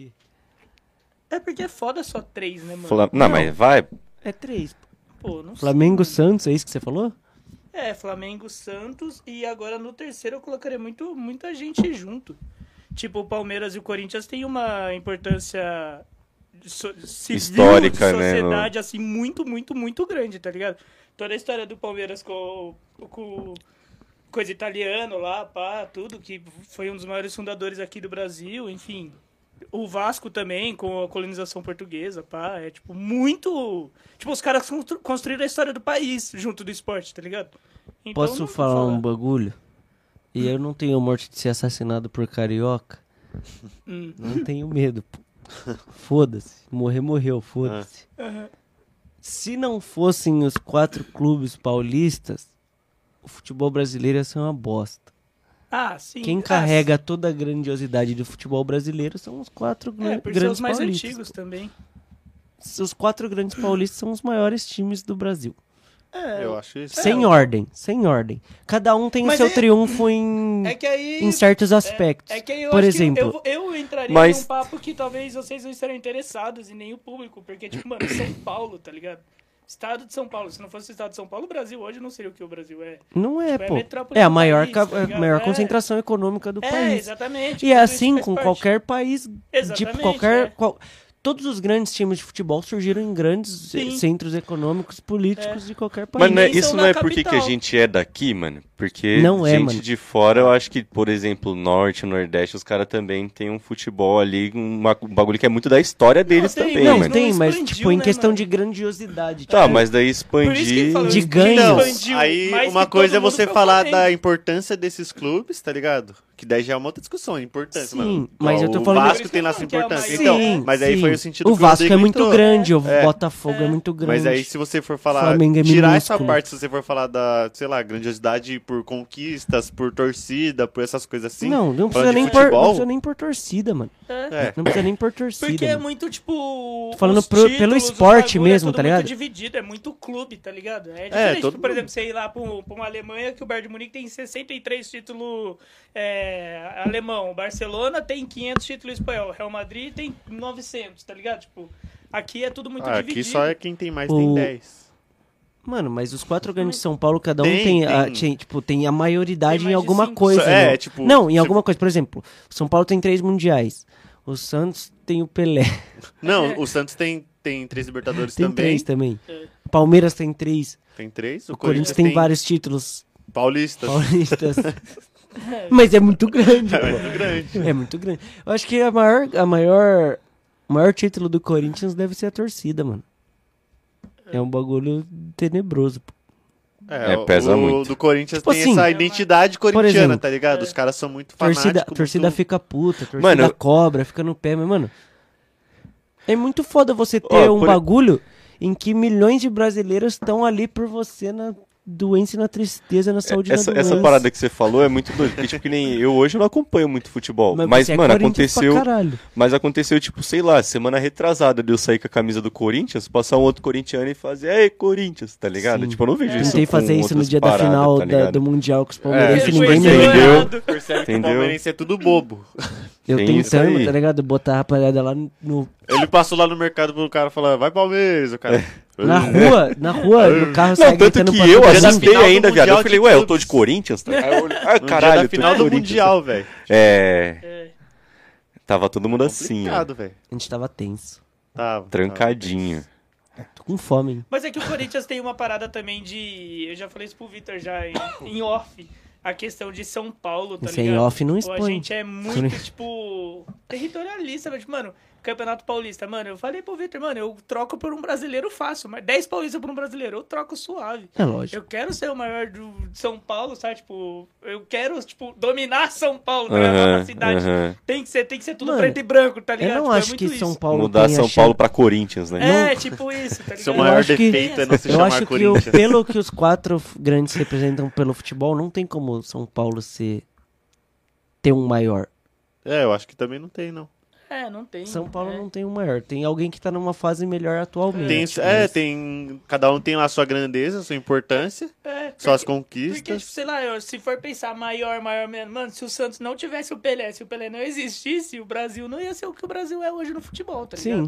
É porque é foda só três, né, mano? Fla- Não, mas vai. É três. Pô, não sei. Flamengo, Santos, é isso que você falou? É, Flamengo, Santos e agora no terceiro eu colocaria muito, muita gente junto. tipo, o Palmeiras e o Corinthians têm uma importância so, civil, histórica, de sociedade, né? assim, muito, muito, muito grande, tá ligado? Toda a história do Palmeiras com, com coisa italiano lá, pá, tudo, que foi um dos maiores fundadores aqui do Brasil, enfim. O Vasco também, com a colonização portuguesa, pá, é, tipo, muito... Tipo, os caras construíram a história do país junto do esporte, tá ligado? Então, posso falar, falar um bagulho? E eu não tenho morte de ser assassinado por carioca. Hum. Não tenho medo, pô. Foda-se. Morrer, morreu, foda-se. Uhum. Se não fossem os quatro clubes paulistas, o futebol brasileiro ia ser uma bosta. Ah, sim. Quem carrega ah, toda a grandiosidade do futebol brasileiro são os quatro é, por grandes os mais paulistas. Antigos também. Os quatro grandes paulistas são os maiores times do Brasil. É, eu acho isso. Sem é, ordem, sem ordem. Cada um tem o seu é, triunfo em, é que aí, em certos aspectos. É, é que aí eu Por acho exemplo, que eu, eu entraria mas... num papo que talvez vocês não estariam interessados e nem o público, porque, tipo, mano, São Paulo, tá ligado? Estado de São Paulo. Se não fosse o estado de São Paulo, o Brasil hoje não seria o que o Brasil é. Não é, tipo, pô. É, é a maior, país, tá a maior é. concentração econômica do é, país. É, exatamente. E é assim com parte. qualquer país. Exatamente, tipo, qualquer... É. Qual... Todos os grandes times de futebol surgiram em grandes Sim. centros econômicos, políticos é. de qualquer país. Mas não é, isso não é porque que a gente é daqui, mano? Porque não é, gente mano. de fora, eu acho que, por exemplo, Norte, Nordeste, os caras também tem um futebol ali, uma, um bagulho que é muito da história deles não, tem, também, não, mano. Tem, mas tipo, em né, questão mano? de grandiosidade. Tá, tipo, mas daí expandir... Falou, de ganho. Aí uma coisa é você falar da importância desses clubes, tá ligado? Que daí já é uma outra discussão, importância, sim, mano. mas ó, eu tô falando... O Vasco tem nossa importância. Sim, então, mas aí sim. foi o sentido o que Vasco o é muito entrou. grande, o é. Botafogo é. é muito grande. Mas aí se você for falar, Flamengo é tirar minúsculo. essa parte, se você for falar da, sei lá, grandiosidade por conquistas, por torcida, por essas coisas assim. Não, não precisa, nem por, não precisa nem por torcida, mano. É. Não precisa nem por torcida. Porque mano. é muito, tipo... Tô falando pro, títulos, pelo esporte mesmo, é tá ligado? É muito dividido, é muito clube, tá ligado? É diferente, é, todo tipo, por exemplo, você ir lá pra, pra uma Alemanha que o Bayern de Munique tem sessenta e três títulos é, alemão, o Barcelona tem quinhentos títulos espanhol, o Real Madrid tem novecentos, tá ligado? Tipo, aqui é tudo muito ah, dividido. Aqui só é quem tem mais, o... tem dez. Mano, mas os quatro grandes de São Paulo, cada um tem, tem, tem. A, tem, tipo, tem a maioridade tem em alguma cinco. coisa. É, não. tipo... Não, em tipo... alguma coisa. Por exemplo, o São Paulo tem três mundiais. O Santos tem o Pelé. Não, o Santos tem, tem três Libertadores tem também. três também. É. O Palmeiras tem três. Tem três. O, o Corinthians, Corinthians tem, tem vários títulos. Paulistas. Paulistas. Mas é muito grande. É muito grande. É muito grande. Eu acho que a maior, a maior, o maior título do Corinthians deve ser a torcida, mano. É um bagulho tenebroso, pô. É, é, pesa o, muito. O do Corinthians tipo tem assim, essa identidade corintiana, exemplo, tá ligado? Os caras são muito fanáticos. Torcida, torcida muito... fica puta, torcida mano, cobra, fica no pé, mas, mano... É muito foda você ter oh, um por... bagulho em que milhões de brasileiros estão ali por você na doença e na tristeza, na saúde essa, e na doença. Essa parada que você falou é muito doido, porque tipo, que nem eu hoje não acompanho muito futebol, mas, mas é mano, aconteceu, pra mas aconteceu tipo, sei lá, semana retrasada de eu sair com a camisa do Corinthians, passar um outro corintiano e fazer, ei, Corinthians, tá ligado? Sim. Tipo, eu não vejo é. isso. Tentei fazer isso no dia paradas, da final tá da, do Mundial com os palmeirenses, é, ninguém me entendeu? Percebe que entendeu? o palmeirense é tudo bobo. Eu Tem tentando, tá ligado? Botar a rapaziada lá no... Ele passou lá no mercado pro cara falar, vai Palmeiras, o cara... Na rua, na rua, no carro Não, sai tanto que eu assustei ainda, viado. Eu falei, ué, eu tô de Corinthians? Tá? Aí eu olhei, ah, caralho, no final do Mundial, velho. É... É. Tava todo mundo assim, ó. velho. A gente tava tenso. Tava, Trancadinho. Tava. Tô com fome, hein? Mas é que o Corinthians tem uma parada também de... Eu já falei isso pro Vitor já, em, em off. A questão de São Paulo, tá Esse ligado? em off não Pô, expõe. a gente é muito, tipo, territorialista, mas, mano, Campeonato Paulista, mano, eu falei pro Vitor, mano, eu troco por um brasileiro fácil, mas dez paulistas por um brasileiro, eu troco suave. É lógico. Eu quero ser o maior do de São Paulo, sabe? Tipo, eu quero, tipo, dominar São Paulo, tá ligado? Uhum, Na cidade. uhum. Tem que ser, tem que ser tudo Mano, preto e branco, tá ligado? Eu não Tipo, acho é que muito São isso. Paulo Mudar tenha São chance- Paulo pra Corinthians, né? É, tipo isso, tá ligado? Seu Eu maior acho que- defeito é não se Eu chamar acho que o, Corinthians. pelo que os quatro grandes representam pelo futebol, não tem como São Paulo ser ter um maior. É, eu acho que também não tem, não. É, não tem. São Paulo é. não tem um maior. Tem alguém que tá numa fase melhor atualmente. Tem, mas- é, tem... Cada um tem lá a sua grandeza, a sua importância, É, suas porque- conquistas. Porque, tipo, sei lá, eu- se for pensar maior, maior, menor, mano, se o Santos não tivesse o Pelé, se o Pelé não existisse, o Brasil não ia ser o que o Brasil é hoje no futebol, tá ligado? Sim.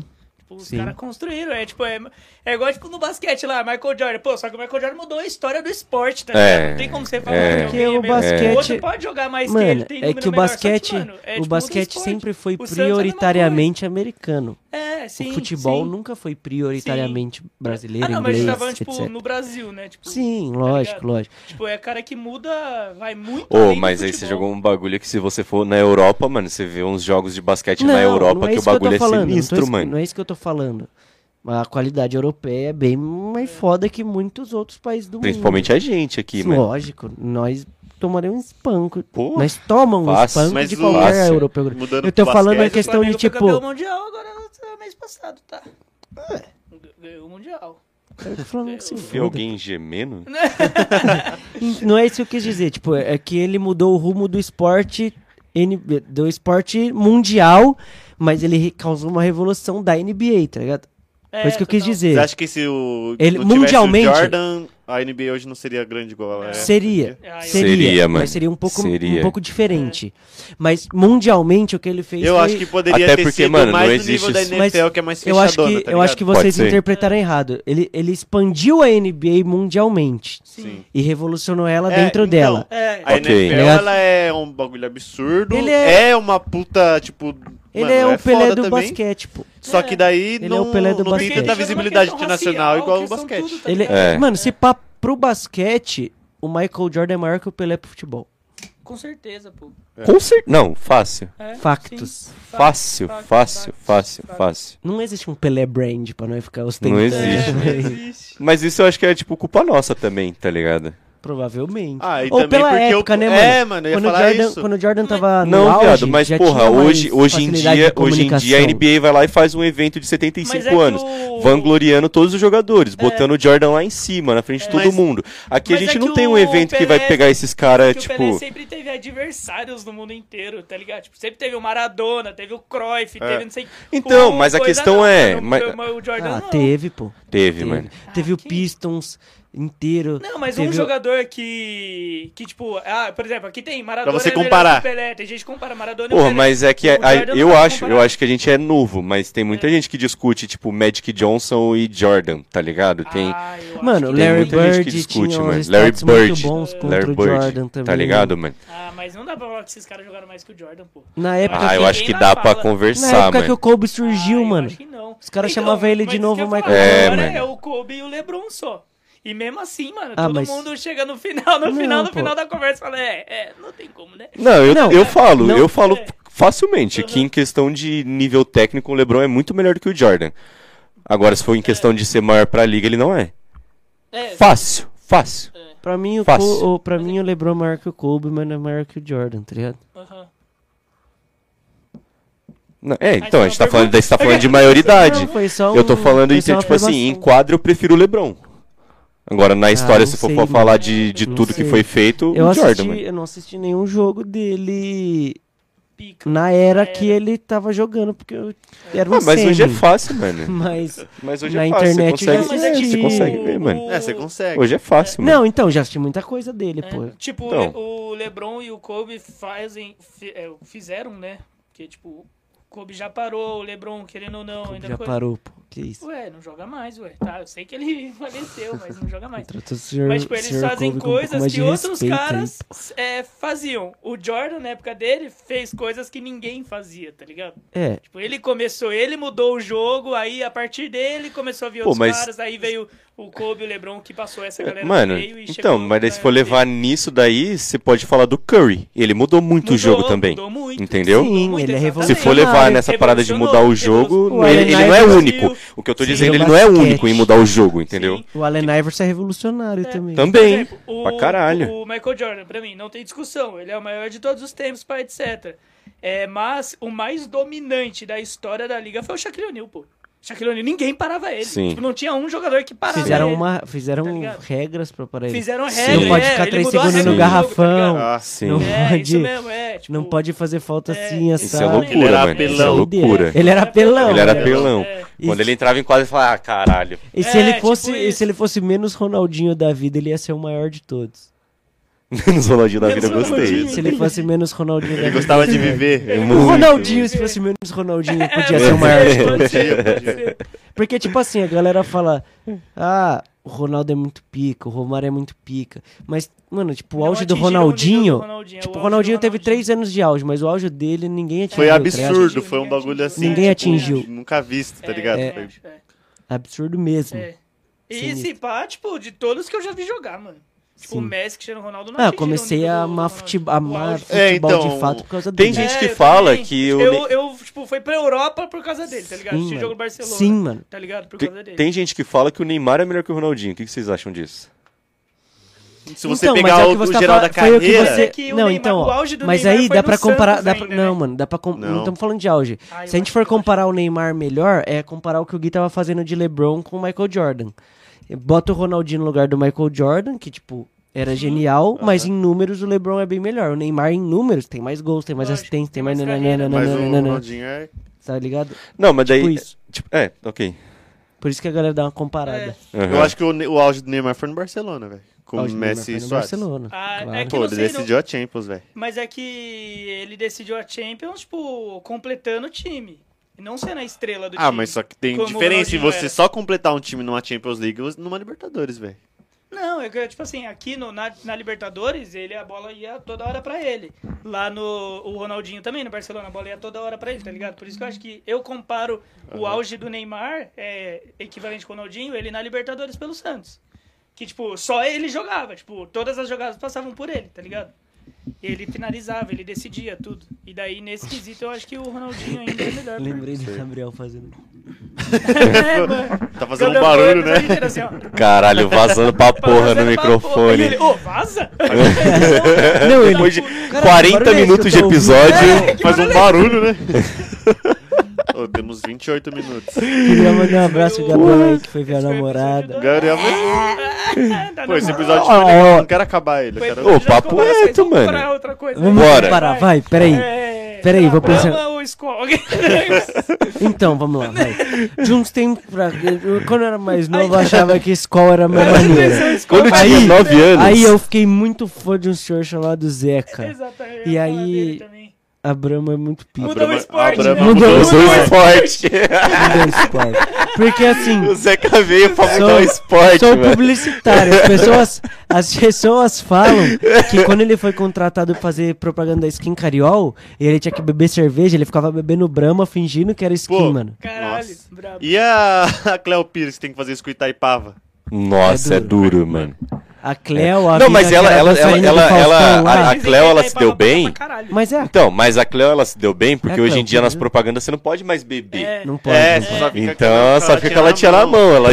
Tipo, os Sim. caras construíram. É, tipo, é, é igual tipo, no basquete lá, Michael Jordan. Pô, só que o Michael Jordan mudou a história do esporte, tá É, ligado? Não tem como você falar é. que Porque alguém o é melhor. basquete- O outro pode jogar mais que ele, Mano, tem é número que o melhor, só basquete, mano, é, o tipo, muda basquete esporte. sempre foi O Santos é a mesma prioritariamente americano. É, sim. o futebol sim. nunca foi prioritariamente brasileiro, Ah, não, mas a inglês, gente tá falando, tipo, etcétera. no Brasil, né? Tipo, Sim, tá lógico, ligado? lógico. Tipo, é cara que muda, vai muito Ô, além do mas aí você futebol. jogou um bagulho que se você for na Europa, mano, você vê uns jogos de basquete Não, na Europa não é que o isso que eu tô bagulho é falando, não tô sinistro, isso- mano. Não é isso que eu tô falando. A qualidade europeia é bem mais foda que muitos outros países do Principalmente a gente aqui, mundo. mano. Lógico, nós tomaremos um espanco. Pô, Nós tomamos um fácil. espanco Mas de o- qualquer fácil. europeu. Mudando Eu tô pro falando a basquete, O questão de Flamengo foi tipo. campeão mundial agora no mês passado, tá? Ganhou o mundial. Eu tô falando que se Vê foda. alguém gemendo? Não é isso que eu quis dizer, tipo, é que ele mudou o rumo do esporte N B A, do esporte mundial, mas ele re- causou uma revolução da N B A, tá ligado? É, Foi isso que eu quis total. dizer. Você acha que se o Ele- não tivesse mundialmente- o Jordan, a N B A hoje não seria grande igual ela é? Seria, Ah, eu- seria, Seria, mano. mas seria um pouco, Seria. um pouco diferente. Mas mundialmente o que ele fez Eu foi... acho que poderia Até ter porque, sido mano, mais não no nível existe da isso. N F L, que é mais eu fechadona, acho que, tá eu acho que ligado? vocês Pode ser. interpretaram errado. Ele, ele expandiu a N B A mundialmente Sim. e revolucionou ela É, dentro então, dela. É, A Ok. N F L, ela é um bagulho absurdo, Ele é- é... uma puta, tipo... Ele mano, é o Pelé foda do também. basquete, pô. Só que daí Ele não, é o Pelé do não tem basquete. tanta visibilidade Questão internacional racial, igual o questão basquete. tudo, tá Ele, ligado? É. Mano, se pá pro basquete, o Michael Jordan é maior que o Pelé pro futebol. Com certeza, pô. Com certeza. Não, fácil. É, Factos. sim. Fácil, Factos, fácil, factos, fácil, factos. fácil. Não existe um Pelé brand pra não ficar ostentando. Não existe. É, não existe. Mas isso eu acho que é, tipo, culpa nossa também, tá ligado? Provavelmente. Ah, e Ou também pela porque época, eu... né, mano? É, mano, eu ia Quando o falar Jordan, isso. quando o Jordan tava no Não, auge, viado, mas já porra, tinha mais hoje, hoje, em facilidade dia, de hoje em dia a comunicação. N B A vai lá e faz um evento de setenta e Mas cinco é que anos, o- vangloriando todos os jogadores, botando o Jordan lá em cima, na frente de todo Mas- mundo. Aqui a Mas gente é não que tem um o evento que vai Pelé- pegar esses caras, Porque o Pelé tipo... sempre teve adversários no mundo inteiro, tá ligado? Tipo, sempre teve o Maradona, teve o Cruyff, teve não sei... Então, o mas a coisa questão não, é, o- mas- o Jordan Ah, não. teve, pô. Teve, Teve, mano. Teve Ah, o que- Pistons inteiro. Não, mas teve um o- jogador que, que tipo, ah, por exemplo, aqui tem Maradona Pra você é melhor comparar. que o Pelé, tem gente que compara Maradona e o Porra, Pelé. mas é que O a- a- Jordan não eu dá pra acho, eu comparar. acho que a gente é novo, mas tem muita gente que discute, tipo, Magic Johnson e Jordan, tá ligado? Tem, Ah, eu acho Mano, que tem Larry muita gente que Bird discute, tinha mano. uns Larry stats muito Bird, bons contra Larry o Bird, Jordan também. tá ligado, mano? Ah, mas não dá pra falar que esses caras jogaram mais que o Jordan, pô. Na época, Ah, eu que acho que ninguém dá lá pra fala. na conversar, época que o mano. Kobe surgiu, Ah, eu mano. acho que não. Os caras Então, chamavam ele mas de isso novo que eu ia Michael falar, É, agora mano. é o Kobe e o LeBron só. E mesmo assim, mano, Ah, todo mas- mundo chega no final, no Não, final, no pô. final da conversa e fala, é, é, não tem como, né? Não, eu, Não, eu é, falo, não, eu falo é. facilmente que em questão de nível técnico o LeBron é muito melhor do que o Jordan. Agora, se for em questão de ser maior pra liga, ele não é. É, Fácil, fácil. Pra mim, o, Fácil. Co- o, pra mim, o LeBron é maior que o Kobe, mas não é maior que o Jordan, tá ligado? aham. Não, é, Aí então, você a gente não tá falando, pergunta- você tá falando de maioridade. Não, foi só Eu tô um- falando, foi em, só uma tipo assim, em afirmação. quadro eu prefiro o LeBron. Agora, na história, não se for sei, for mano. falar de, de Não tudo que sei. foi feito, Eu, o assisti, Jordan, mano. eu não assisti nenhum jogo dele Pica. na era Na que era. ele tava jogando, porque eu era um Ah, mas hoje é sêmen. fácil, mano. Mas, Mas hoje Na é fácil, internet você já consegue, Não, mas é existe. que você tipo, consegue ver, mano. o- É, você consegue. Hoje é fácil, mano. não, então, já assisti muita coisa dele, É, pô. tipo, Então. o LeBron e o Kobe fazem, fi- é, fizeram, né? Porque, tipo, o Kobe já parou, o LeBron, querendo ou não, ainda Já foi- parou, pô. Que isso? Ué, não joga mais, ué. Tá, eu sei que ele faleceu, mas não joga mais. Trata o senhor, Mas, tipo, eles senhor fazem Kobe com um pouco coisas mais que de outros respeito aí, caras pô. é, faziam. O Jordan, na época dele, fez coisas que ninguém fazia, tá ligado? É, Tipo, ele começou, ele mudou o jogo, aí a partir dele começou a vir Pô, outros mas- caras, aí veio o Kobe e o LeBron que passou essa galera Mano, no meio e então, chegou mas daí na se for levar dele. nisso daí, você pode falar do Curry. Ele mudou muito Mudou, o jogo também. mudou muito. Entendeu? Sim, Mudou muito, ele é Se exatamente. for levar nessa parada de mudar o jogo, O ele, Allen ele não é Iverson- único. O que eu tô Sim, dizendo, o ele não é basquete. único em mudar o jogo, entendeu? Sim. o Allen Iverson é revolucionário também. Também. Por exemplo, Pra caralho. O Michael Jordan, pra mim, não tem discussão. Ele é o maior de todos os tempos, pá, etcétera. É, mas o mais dominante da história da liga foi o Shaquille O'Neal, pô. Shaquille O'Neal, ninguém parava ele. Sim. Tipo, não tinha um jogador que parava Fizeram, ele. uma, fizeram Tá ligado? regras pra parar ele. Fizeram Sim. regra, Não pode é, ficar ele três mudou a segundos regra no do jogo, tá garrafão. ligado? Ah, Sim. Não É, pode, isso mesmo, é. Tipo, não pode fazer falta é, assim, isso Isso assado. é loucura, Ele era mano. Isso é apelão. loucura. Ele era pelão. Ele era né? pelão. É. Quando ele entrava em quadra, ele falava, ah, caralho. E se É, ele tipo fosse, e isso. se ele fosse menos Ronaldinho da vida, ele ia ser o maior de todos. Menos Ronaldinho da vida, eu Menos gostei. Ronaldinho. Se ele fosse menos Ronaldinho da Ele vida. gostava de viver. O Muito. Ronaldinho, se fosse menos Ronaldinho, podia É, ser o maior de pode todos. ser, pode ser. Porque, tipo assim, a galera fala, ah, o Ronaldo é muito pica, o Romário é muito pica. Mas, mano, tipo, o Não auge do atingiram o Ronaldinho... nível do Ronaldinho, Tipo, o o auge Ronaldinho do teve Ronaldinho. três anos de auge, mas o auge dele ninguém atingiu. Foi tá absurdo, ligado? foi um bagulho assim. Ninguém tipo, atingiu. Nunca visto, tá É, ligado? é, Foi- é. Absurdo mesmo. É. E Sinistro. esse pá, tipo, de todos que eu já vi jogar, mano. Tipo, Sim. o Messi, Cristiano Ronaldo não Ah, eu atingiram o comecei nível a do amar Ronaldo. futebol, O amar auge. É, futebol então, de fato por causa tem dele. gente que eu fala também. que o Eu, Ne- eu, tipo, fui pra Europa por causa dele, tá ligado? Sim, Assisti mano. jogo do Barcelona. Sim, mano. Tá ligado? Por Tem, causa dele. tem gente que fala que o Neymar é melhor que o Ronaldinho. O que que vocês acham disso? Se você Então, mas pegar é o, que você o tá geral fala- da foi o que carreira... você- É que o Não, Neymar- então, o ó, auge do mas Neymar aí foi dá no pra comparar, Santos dá pra- ainda, não, né? mano, dá pra com- não Não. estamos falando de auge. Ah, eu Se a gente acho for que eu comparar o Neymar melhor, é comparar o que o Gui tava fazendo de LeBron com o Michael Jordan. Bota o Ronaldinho no lugar do Michael Jordan, que tipo era genial, mas em números o LeBron é bem melhor. O Neymar em números tem mais gols, tem mais Lógico, assistência, tem tem mais mais carreira. Mas o nananana, Ronaldinho é... tá ligado? Não, mas daí... Tipo isso. Tipo, é, ok. Por isso que a galera dá uma comparada. É. Aham. Eu acho que o, Ne- o auge do Neymar foi no Barcelona, velho. Com O o auge do Neymar Messi foi e no Suárez. Barcelona. Ah, claro. é que Pô, não ele sei, não- decidiu a Champions, velho. Mas é que ele decidiu a Champions, tipo, completando o time. E não sendo a estrela do Ah, time. mas só que tem como o diferença em Ronaldinho você era. só completar um time numa Champions League ou numa Libertadores, velho. Não, é que, tipo assim, aqui no, na, na Libertadores, ele, a bola ia toda hora pra ele. Lá no o Ronaldinho também, no Barcelona, a bola ia toda hora pra ele, tá ligado? Por isso que eu acho que eu comparo o auge do Neymar, é, equivalente com o Ronaldinho, ele na Libertadores pelo Santos. Que, tipo, só ele jogava, tipo, todas as jogadas passavam por ele, tá ligado? Ele finalizava, ele decidia tudo. E daí, nesse quesito, eu acho que o Ronaldinho ainda é melhor. Lembrei do Gabriel fazendo. É, mano. Tá fazendo um Gabriel barulho, Fernandes, né? inteiro assim, ó. Caralho, vazando pra porra no Fazendo pra porra. microfone. E ele, ô, vaza! Não, ele... Depois de Caralho, quarenta barulho é esse minutos que de eu tô ouvindo? episódio... É, que Faz um barulho barulho, né? Ô, temos vinte e oito minutos. Queria mandar um abraço pro Gabriel aí que foi ver a Esse foi o namorada. episódio Gabriel, Tá pô, esse na- episódio Ó, foi legal. ó. Não quero acabar ele. eu Foi quero- Ô, episódio papo de comparações, reto, vamos mano. comparar outra coisa. Vamos Bora. comparar, vai, peraí. É, Peraí, sei lá, vou pensar. Brahma ou Skol? Então, vamos lá, vai. De uns tempos pra... eu, Quando eu era mais novo, eu achava que escola era a minha maneira. Quando eu Aí- tinha nove anos... Aí eu fiquei muito fã de um senhor chamado Zeca. Exatamente. E eu ia falar aí- dele também. A Brahma é muito pica. Mudou o esporte. a Brahma né? mudou o Usou o esporte. Mudou o esporte. Porque assim... O Zeca veio pra mudar Sou- o esporte, Sou mano. publicitário. As pessoas, as pessoas falam que quando ele foi contratado pra fazer propaganda da Skin Cariol, e ele tinha que beber cerveja, ele ficava bebendo Brahma fingindo que era skin, Pô. mano. Caralho, Nossa. brabo. E a, a Cleo Pires que tem que fazer isso com o Itaipava? Nossa, é É duro. duro, mano. A Cleo, a Não, mina mas que ela- era ela- dançarina ela- do ela- Faustão ela- lá. a Dizem Cleo, que ela tá se aí deu pra- bem? pra caralho. Mas é, Então, mas a Cleo, ela se deu bem, porque É a hoje Cleo em dia nas Pires, né? propagandas você não pode mais beber. É. não pode. É, não você pode. só fica Então, com só fica que ela tinha na mão, ela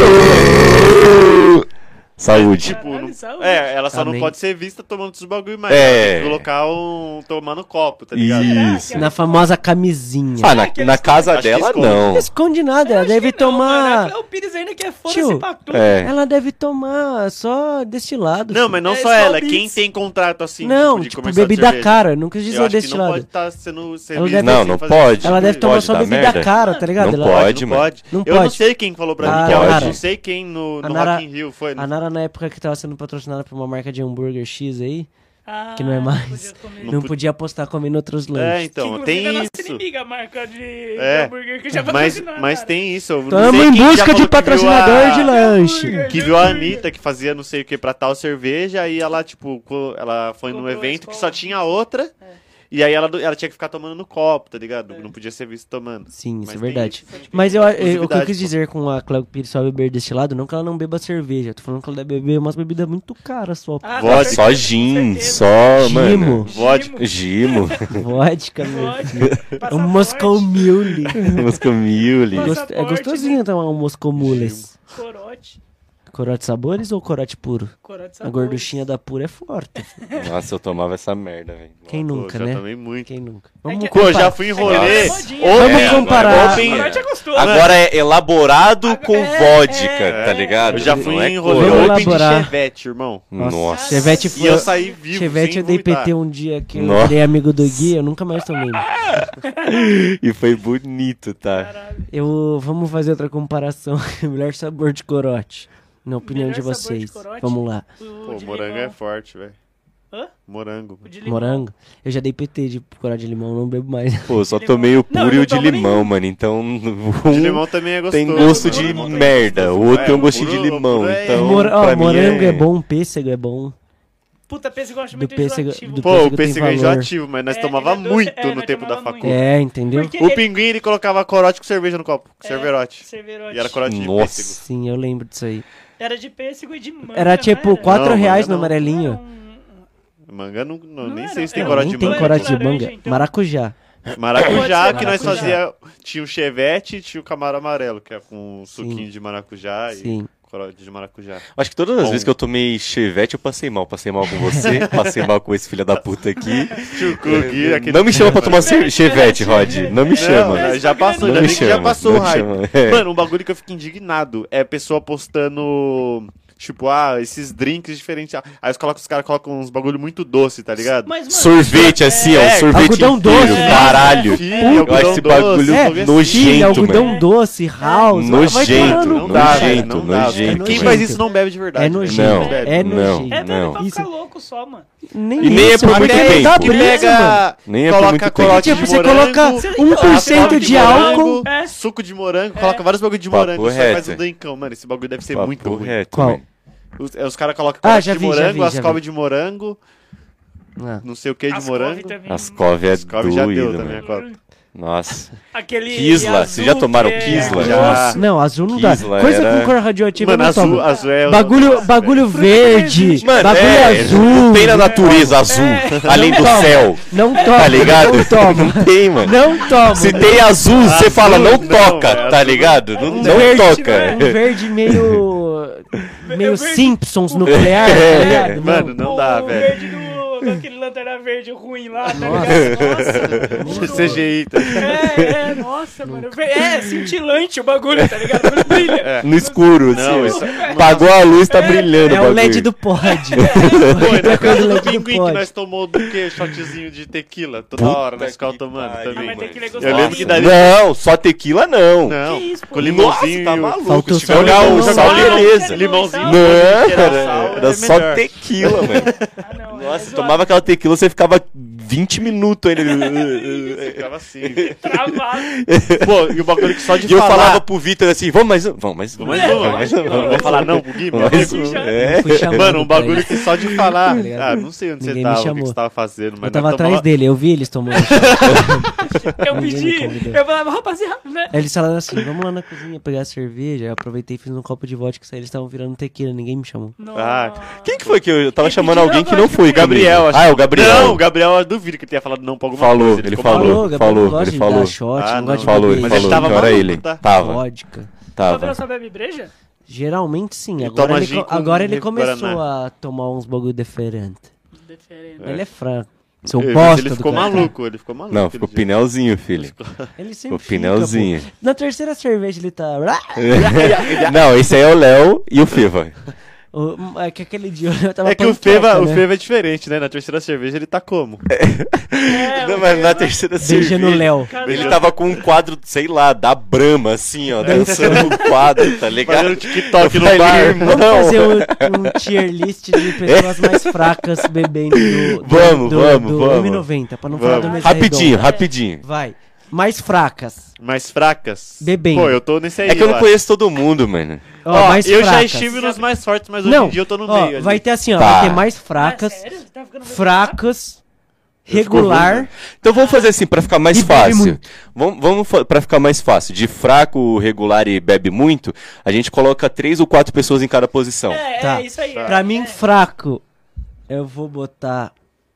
estourou. Saúde. Tipo, Caralho, não- saúde. é, ela só Amém. não pode ser vista tomando esses bagulho mais. É. Ela tem que colocar um. tomar no copo, tá ligado? Isso. Na famosa camisinha. Ah, na, Aqueles na casa acho que dela, esconde. não. Não esconde nada, Eu ela acho deve que não, mano. A tomar... Cleo Pires ainda quer foda-se Tio, pra tudo. É. Ela deve tomar só destilado. Não, filho. mas não É só Skol ela, Beats. quem tem contrato assim, Não, tipo, de tipo, comercial de bebida cerveja. cara, não quis Eu dizer acho que não destilado. pode estar sendo servido deve- Não, sem não fazer pode. isso. Ela deve tomar Pode só dar bebida merda? cara, tá ligado? Não Ela- pode, não mano. pode. Não eu não pode. sei quem falou pra Ah, mim, que eu Nara. não sei quem no, A no Nara- Rock in Rio foi. A Nara, na época que tava sendo patrocinada por uma marca de hambúrguer X aí, Ah, que não é mais. podia comer. não podia postar comendo outros É, lanches. então, Inclusive, tem é nossa isso. inimiga, a marca de É, hambúrguer que já Mas, patrocinou a mas Nara. tem isso. eu não Tamo sei em quem já busca falou de que viu patrocinador a- de lanche. Hambúrguer. Que viu a Anitta que fazia não sei o que pra tal cerveja, e ela, tipo, co- ela foi num Comprou a evento que Skol. só tinha outra, e aí ela, ela tinha que ficar tomando no copo, tá ligado? Não podia ser visto tomando. Sim, isso Mas é tem verdade. isso. Mas eu, eu- o que eu Exclusividade, quis pô. dizer com a Cleo Pires só beber destilado, não que ela não beba cerveja. Eu tô falando que ela deve beber umas bebidas muito caras só. Ah, Vodka. com Só certeza, gin, com certeza. só, Gimo. mano. Vodka. Gimo. Vodka, meu. Vodka, Um passaporte, Moscow Mule. Moscou Mule. Nossa. Gost- É gostosinho tomar um Moscow Mules. Corote. Corote sabores ou corote puro? Corote A sabores. gorduchinha da pura é forte. Nossa, eu tomava essa merda, velho. Quem Pô, nunca, já né? tomei muito. Quem nunca? É Vamos que- Pô, comparar. já fui em rolê. É modinha. Ou- Vamos É, comparar. agora é bom, Corote é gostoso. Agora é elaborado com é, vodka, é, tá ligado? Eu já Não fui é em cor. rolê Vamos open de elaborar. Chevette, irmão. Nossa. Chevette E foi... eu saí vivo, Chevette sem eu dei P T vomitar. um dia que eu Nossa. virei amigo do Gui, eu nunca mais tomei. E foi bonito, tá? Caralho. Eu, vamos fazer outra comparação. Melhor sabor de corote. Na opinião Melhor de sabor de vocês. corote? Vamos lá. O Pô, de morango limão. é forte, velho. Hã? Morango. O de limão. Morango. Eu já dei P T de coragem de limão, não bebo mais. Pô, só De tomei limão. o Não, puro eu e não o de tomo limão, nenhum. mano. Então, O de um limão também é gostoso. tem gosto O de limão também é merda, o gostoso. outro tem um É, gostinho de puro- limão. puro é- Então, Mor- ó, pra mim morango é... é bom, pêssego é bom. Puta, pêssego eu acho Do muito pêssego- enjoativo. do Pô, pêssego o tem pêssego é valor. enjoativo, mas nós É, tomava ele é doce- muito é, no nós tempo da tomava facu. muito. É, entendeu? Porque O ele- pinguim, ele colocava corote com cerveja no copo. É, Cerverote. Cerverote. E era corote de Nossa. pêssego. Sim, eu lembro disso aí. Era de pêssego e de manga. Era tipo não quatro Não, reais manga no não. amarelinho. Não, um- Manga, não, não, Não nem era, sei se tem era corote Nem de tem manga. coragem de Laranja, manga. então. Maracujá. Maracujá, Pode ser que nós maracujá. fazia... Tinha o chevette e tinha o camarão amarelo, que é com suquinho Sim. de maracujá Sim. e corote de maracujá. Acho que todas as Bom. vezes que eu tomei chevette, eu passei mal. Passei mal com você, passei mal com esse filho da puta aqui. Chucugi, aquele... Não me chama pra tomar ce- chevette, Rod. Não me Não, chama. né, já passou, Não já, me vi que já chama, passou não o hype. chama, é. Mano, um bagulho que eu fico indignado é pessoa postando, tipo, ah, esses drinks diferentes. Aí os, colocam, os caras colocam uns bagulho muito doce, tá ligado? Mas, mano, Sorvete assim, ó, um É, sorvete algodão inteiro, doce, né? caralho. Filho, Eu algodão acho esse doce, bagulho É, bagulho nojento, Sim, mano. algodão doce, house. vai Nojento, tomar no cu. Não dá, velho, nojento, não dá. nojento, Quem velho. faz isso não bebe de verdade. É velho. nojento. Não, bebe. é não. nojento. É, velho, Não. pra Isso- ficar louco só, mano. Nem E nem é isso, por muito até tempo. dá Que brisa, mano. pega, Nem é por coloca muito tempo. corote Tipo, de você morango, coloca um por cento coloca de álcool. É. suco de morango, coloca vários bagulho de Papo morango, só reto. faz um drinkão. Mano, esse bagulho deve ser Papo muito ruim. reto, Qual? mano. Os, é, os caras colocam Ah, corote já de vi, já morango, vi, as já cobras vi. de morango, Ah. não sei o que de As morango. couve também. As couve é As couve já deu doido, também, a mano. couve. Nossa. Aquele Kisla, azul vocês já tomaram que é- Kisla? Já. Não, azul não dá. Kisla Coisa era- com cor radioativa Mano, eu não azul, tomo. azul é... Bagulho, Nossa, bagulho verde, Mano, bagulho é, azul. não tem na natureza azul, além do toma. céu. Não toma, Tá ligado? não toma. Não tem, mano. Não toma. Se tem azul, você Azul, fnão não não, toca, velho, tá azul ligado? Não, Um não verde, toca. Um verde meio... meio verde- Simpsons nuclear, tá É, ligado? mano, não o, dá, o velho. verde do... Daquele lanterna verde ruim lá, tá Nossa. ligado? Nossa. C G I, tá ligado? É, é, nossa, mano. É, cintilante o bagulho, tá ligado? Não brilha. No escuro, Não, assim. isso- Apagou a luz, tá brilhando É o o L E D bagulho. do pod. Pô, e na casa do L E D pinguim que pod. nós tomou do que? Shotzinho de tequila. Toda Puta hora nós ficava que tomando pariu, Ah, também. mas mano. tequila é Eu gostosinho. lembro que dali... Não, só tequila não. Não, Que isso, pô? com limãozinho Nossa, tá e o- maluco. Faltou Se só jogar o limão. sal, Ah, beleza. quer Limãozinho. limão e sal? Não, Cheira era, sal, era é só melhor. tequila, mano. Ah, não, é Nossa, zoado. tomava aquela tequila, você ficava vinte minutos ainda. Ficava assim. Travado. Pô, e o bagulho que só de E eu falar... falava pro Vitor assim, vamos mais um, vamos mais um. Vamos mais um, vamos mais um, Não, vamos vou mais falar um. não pro Gui, meu Vamos mais amigo. um. Já- É. Fui chamado Mano, um pra bagulho isso. que só de falar... ligado? Ah, não sei onde Ninguém você me tava, o que chamou. você tava fazendo, mas Eu tava nós atrás tomava- dele, eu vi eles tomando. Eu Ninguém pedi, me convidou. eu falava, rapaziada, né? Aí eles falaram assim, vamos lá na cozinha pegar cerveja. Eu aproveitei e fiz um copo de vodka, eles estavam virando tequila, ninguém me chamou. Ah, Quem que foi que eu tava Quem chamando pediu alguém que a não vodka foi? foi Gabriel, comigo. acho. Ah, é o Gabriel. Não, o Gabriel, eu duvido que ele tenha falado não pra alguma Falou, coisa. ele ficou falou. maluco. Gabriel falou, não gosta ele de falou. dar shot, Ah, não não. gosta de Falou, beber ele Mas falou. ele tava que hora maluco, ele? tá? Tava, vodka. O tava. Gabriel só bebe breja? Geralmente sim, Ele agora toma ele, gin co- com agora ele Guaraná. começou a tomar uns bagulho diferente. Diferente. Ele é franco. Seu Ele- bosta Ele do ficou cara. maluco, ele ficou maluco. Não, ficou aquele dia. pneuzinho, filho. Ele sempre Ficou fica, pneuzinho. pô. Na terceira cerveja ele tá... Não, esse aí é o Léo e o Fiva. O- É que aquele dia eu tava É que o panqueca, Feva, o né? Feva é diferente, né? Na terceira cerveja ele tá como? É, Não, o mas na Feva- terceira Beija no cerveja, Léo. Cara, ele tava com um quadro, sei lá, da Brahma, assim, ó, dançando o quadro, tá ligado? Fazendo TikTok Eu no falei, bar. irmão, Vamos fazer um, um tier list de pessoas mais fracas bebendo do, do, Vamos, do, vamos, do vamos. um e noventa, pra não falar do Vamos. mesa Rapidinho, redonda. rapidinho. Vai. Mais fracas. Mais fracas? Bebendo. Pô, eu tô nesse aí. É que eu não acho. conheço todo mundo, mano. Ó, Ó, mais eu já fracas. estive nos mais fortes, mas hoje Não, em dia eu tô no ó, meio. ali. vai ter assim, ó, Tá. vai ter mais fracas, Ah, sério? Tá ficando meio fracas, Eu fico regular. ruim, Então vamos fazer assim, pra ficar mais E bebe fácil. muito. Vamos, vamos fa- pra ficar mais fácil. De fraco, regular e bebe muito, a gente coloca três ou quatro pessoas em cada posição. É, Tá. é isso aí. Pra é, mim, é. fraco, eu vou botar...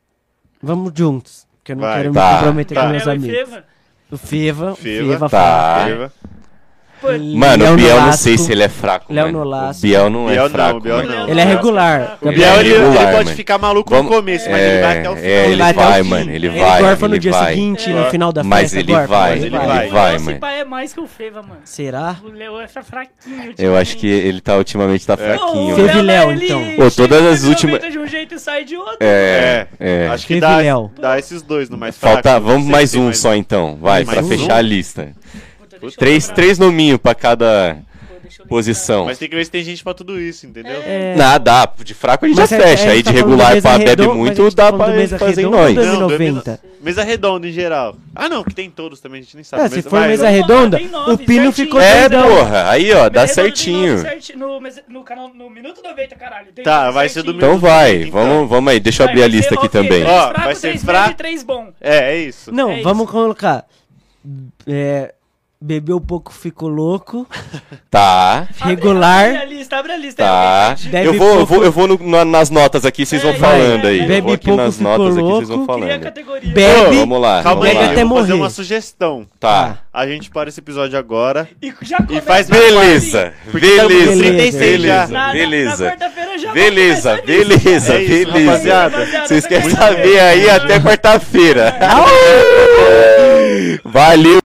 Vamos juntos, que eu não Vai, quero tá, me comprometer tá. com meus Gabriel e amigos. Feva. O Feva, o Feva, Feva, tá. fraco. Feva. Pô, Mano, Léo o Biel não Nolasco. sei se ele é fraco, Léo mano. Nolasco. O Biel não Biel é não, fraco, o Biel mano. não. Ele é regular. O Gabriel. Biel, ele, ele regular, pode mano. ficar maluco Vamos- no começo, mas é, ele vai até o final. É, ele vai até o vai, fim. mano, ele Ele vai, gorfa no ele dia vai. seguinte, É. no final da Mas festa. ele gorfa, vai, mas ele vai. vai, O Léo, esse mano. pai é mais que o Feva, mano. Será? O Léo é fraquinho. Eu acho que ele tá ultimamente tá fraquinho, Feva mano. e Léo, então. Pô, todas as últimas- de um jeito e sai de outro. É, é. Acho que Feva dá, e Léo. dá esses dois no mais Falta, fraco. vamos Não sei mais se tem um só então, vai, Mais pra um? fechar a lista. Puta, deixa eu Três, lembrar. três nominhos pra cada, Pô, deixa Deixa eu lembrar. posição. Mas tem que ver se tem gente pra tudo isso, entendeu? É. Não, dá. De fraco a gente Mas já é- fecha. é, a aí gente de tá falando regular do pra mesa bebe redonda, mas a muito, gente tá dá falando do pra mesa fazer em redonda nós. ou Não, do noventa. mesa, mesa redonda em geral. Ah, não, que tem todos também, a gente nem sabe. É, se Mesa- for vai, mesa vai. redonda, Tem nove, o pino certinho. ficou É, doidão. porra. Aí, ó, dá Mesa redonda tem certinho. nove certi- No, mesa- no canal, no minuto noventa, caralho. Tem Tá, nove vai ser do certinho. Então vai. Então. Vamos, vamos aí. Deixa eu Vai, abrir a vai lista ser, aqui ok, também. três Ó, fraco, vai ser três fraco. médio e três bom. É, é isso. Não, É vamos isso. colocar. É, bebeu pouco, ficou louco. Tá. Regular. Abre a lista, abre a lista. Tá. aí, Bebe Eu vou, eu pouco. vou, eu vou no- na- nas notas aqui, vocês vão É, falando vai. aí. Eu Bebe vou aqui pouco, nas ficou notas aqui, vocês vão louco. Cria a falando. categoria. Bebe. Vamos lá. Calma vamos aí, lá. Bebe até eu vou fazer morrer. uma sugestão. Tá. A gente para esse episódio agora. E já começa faz na Beleza. quarta- Porque estamos Beleza. no trinta e seis já. Beleza. Na, na, Beleza. na quarta-feira já vai Beleza, começar nisso. beleza, É isso, beleza. rapaziada. Vocês querem Muito saber bem. aí até quarta-feira. Valeu!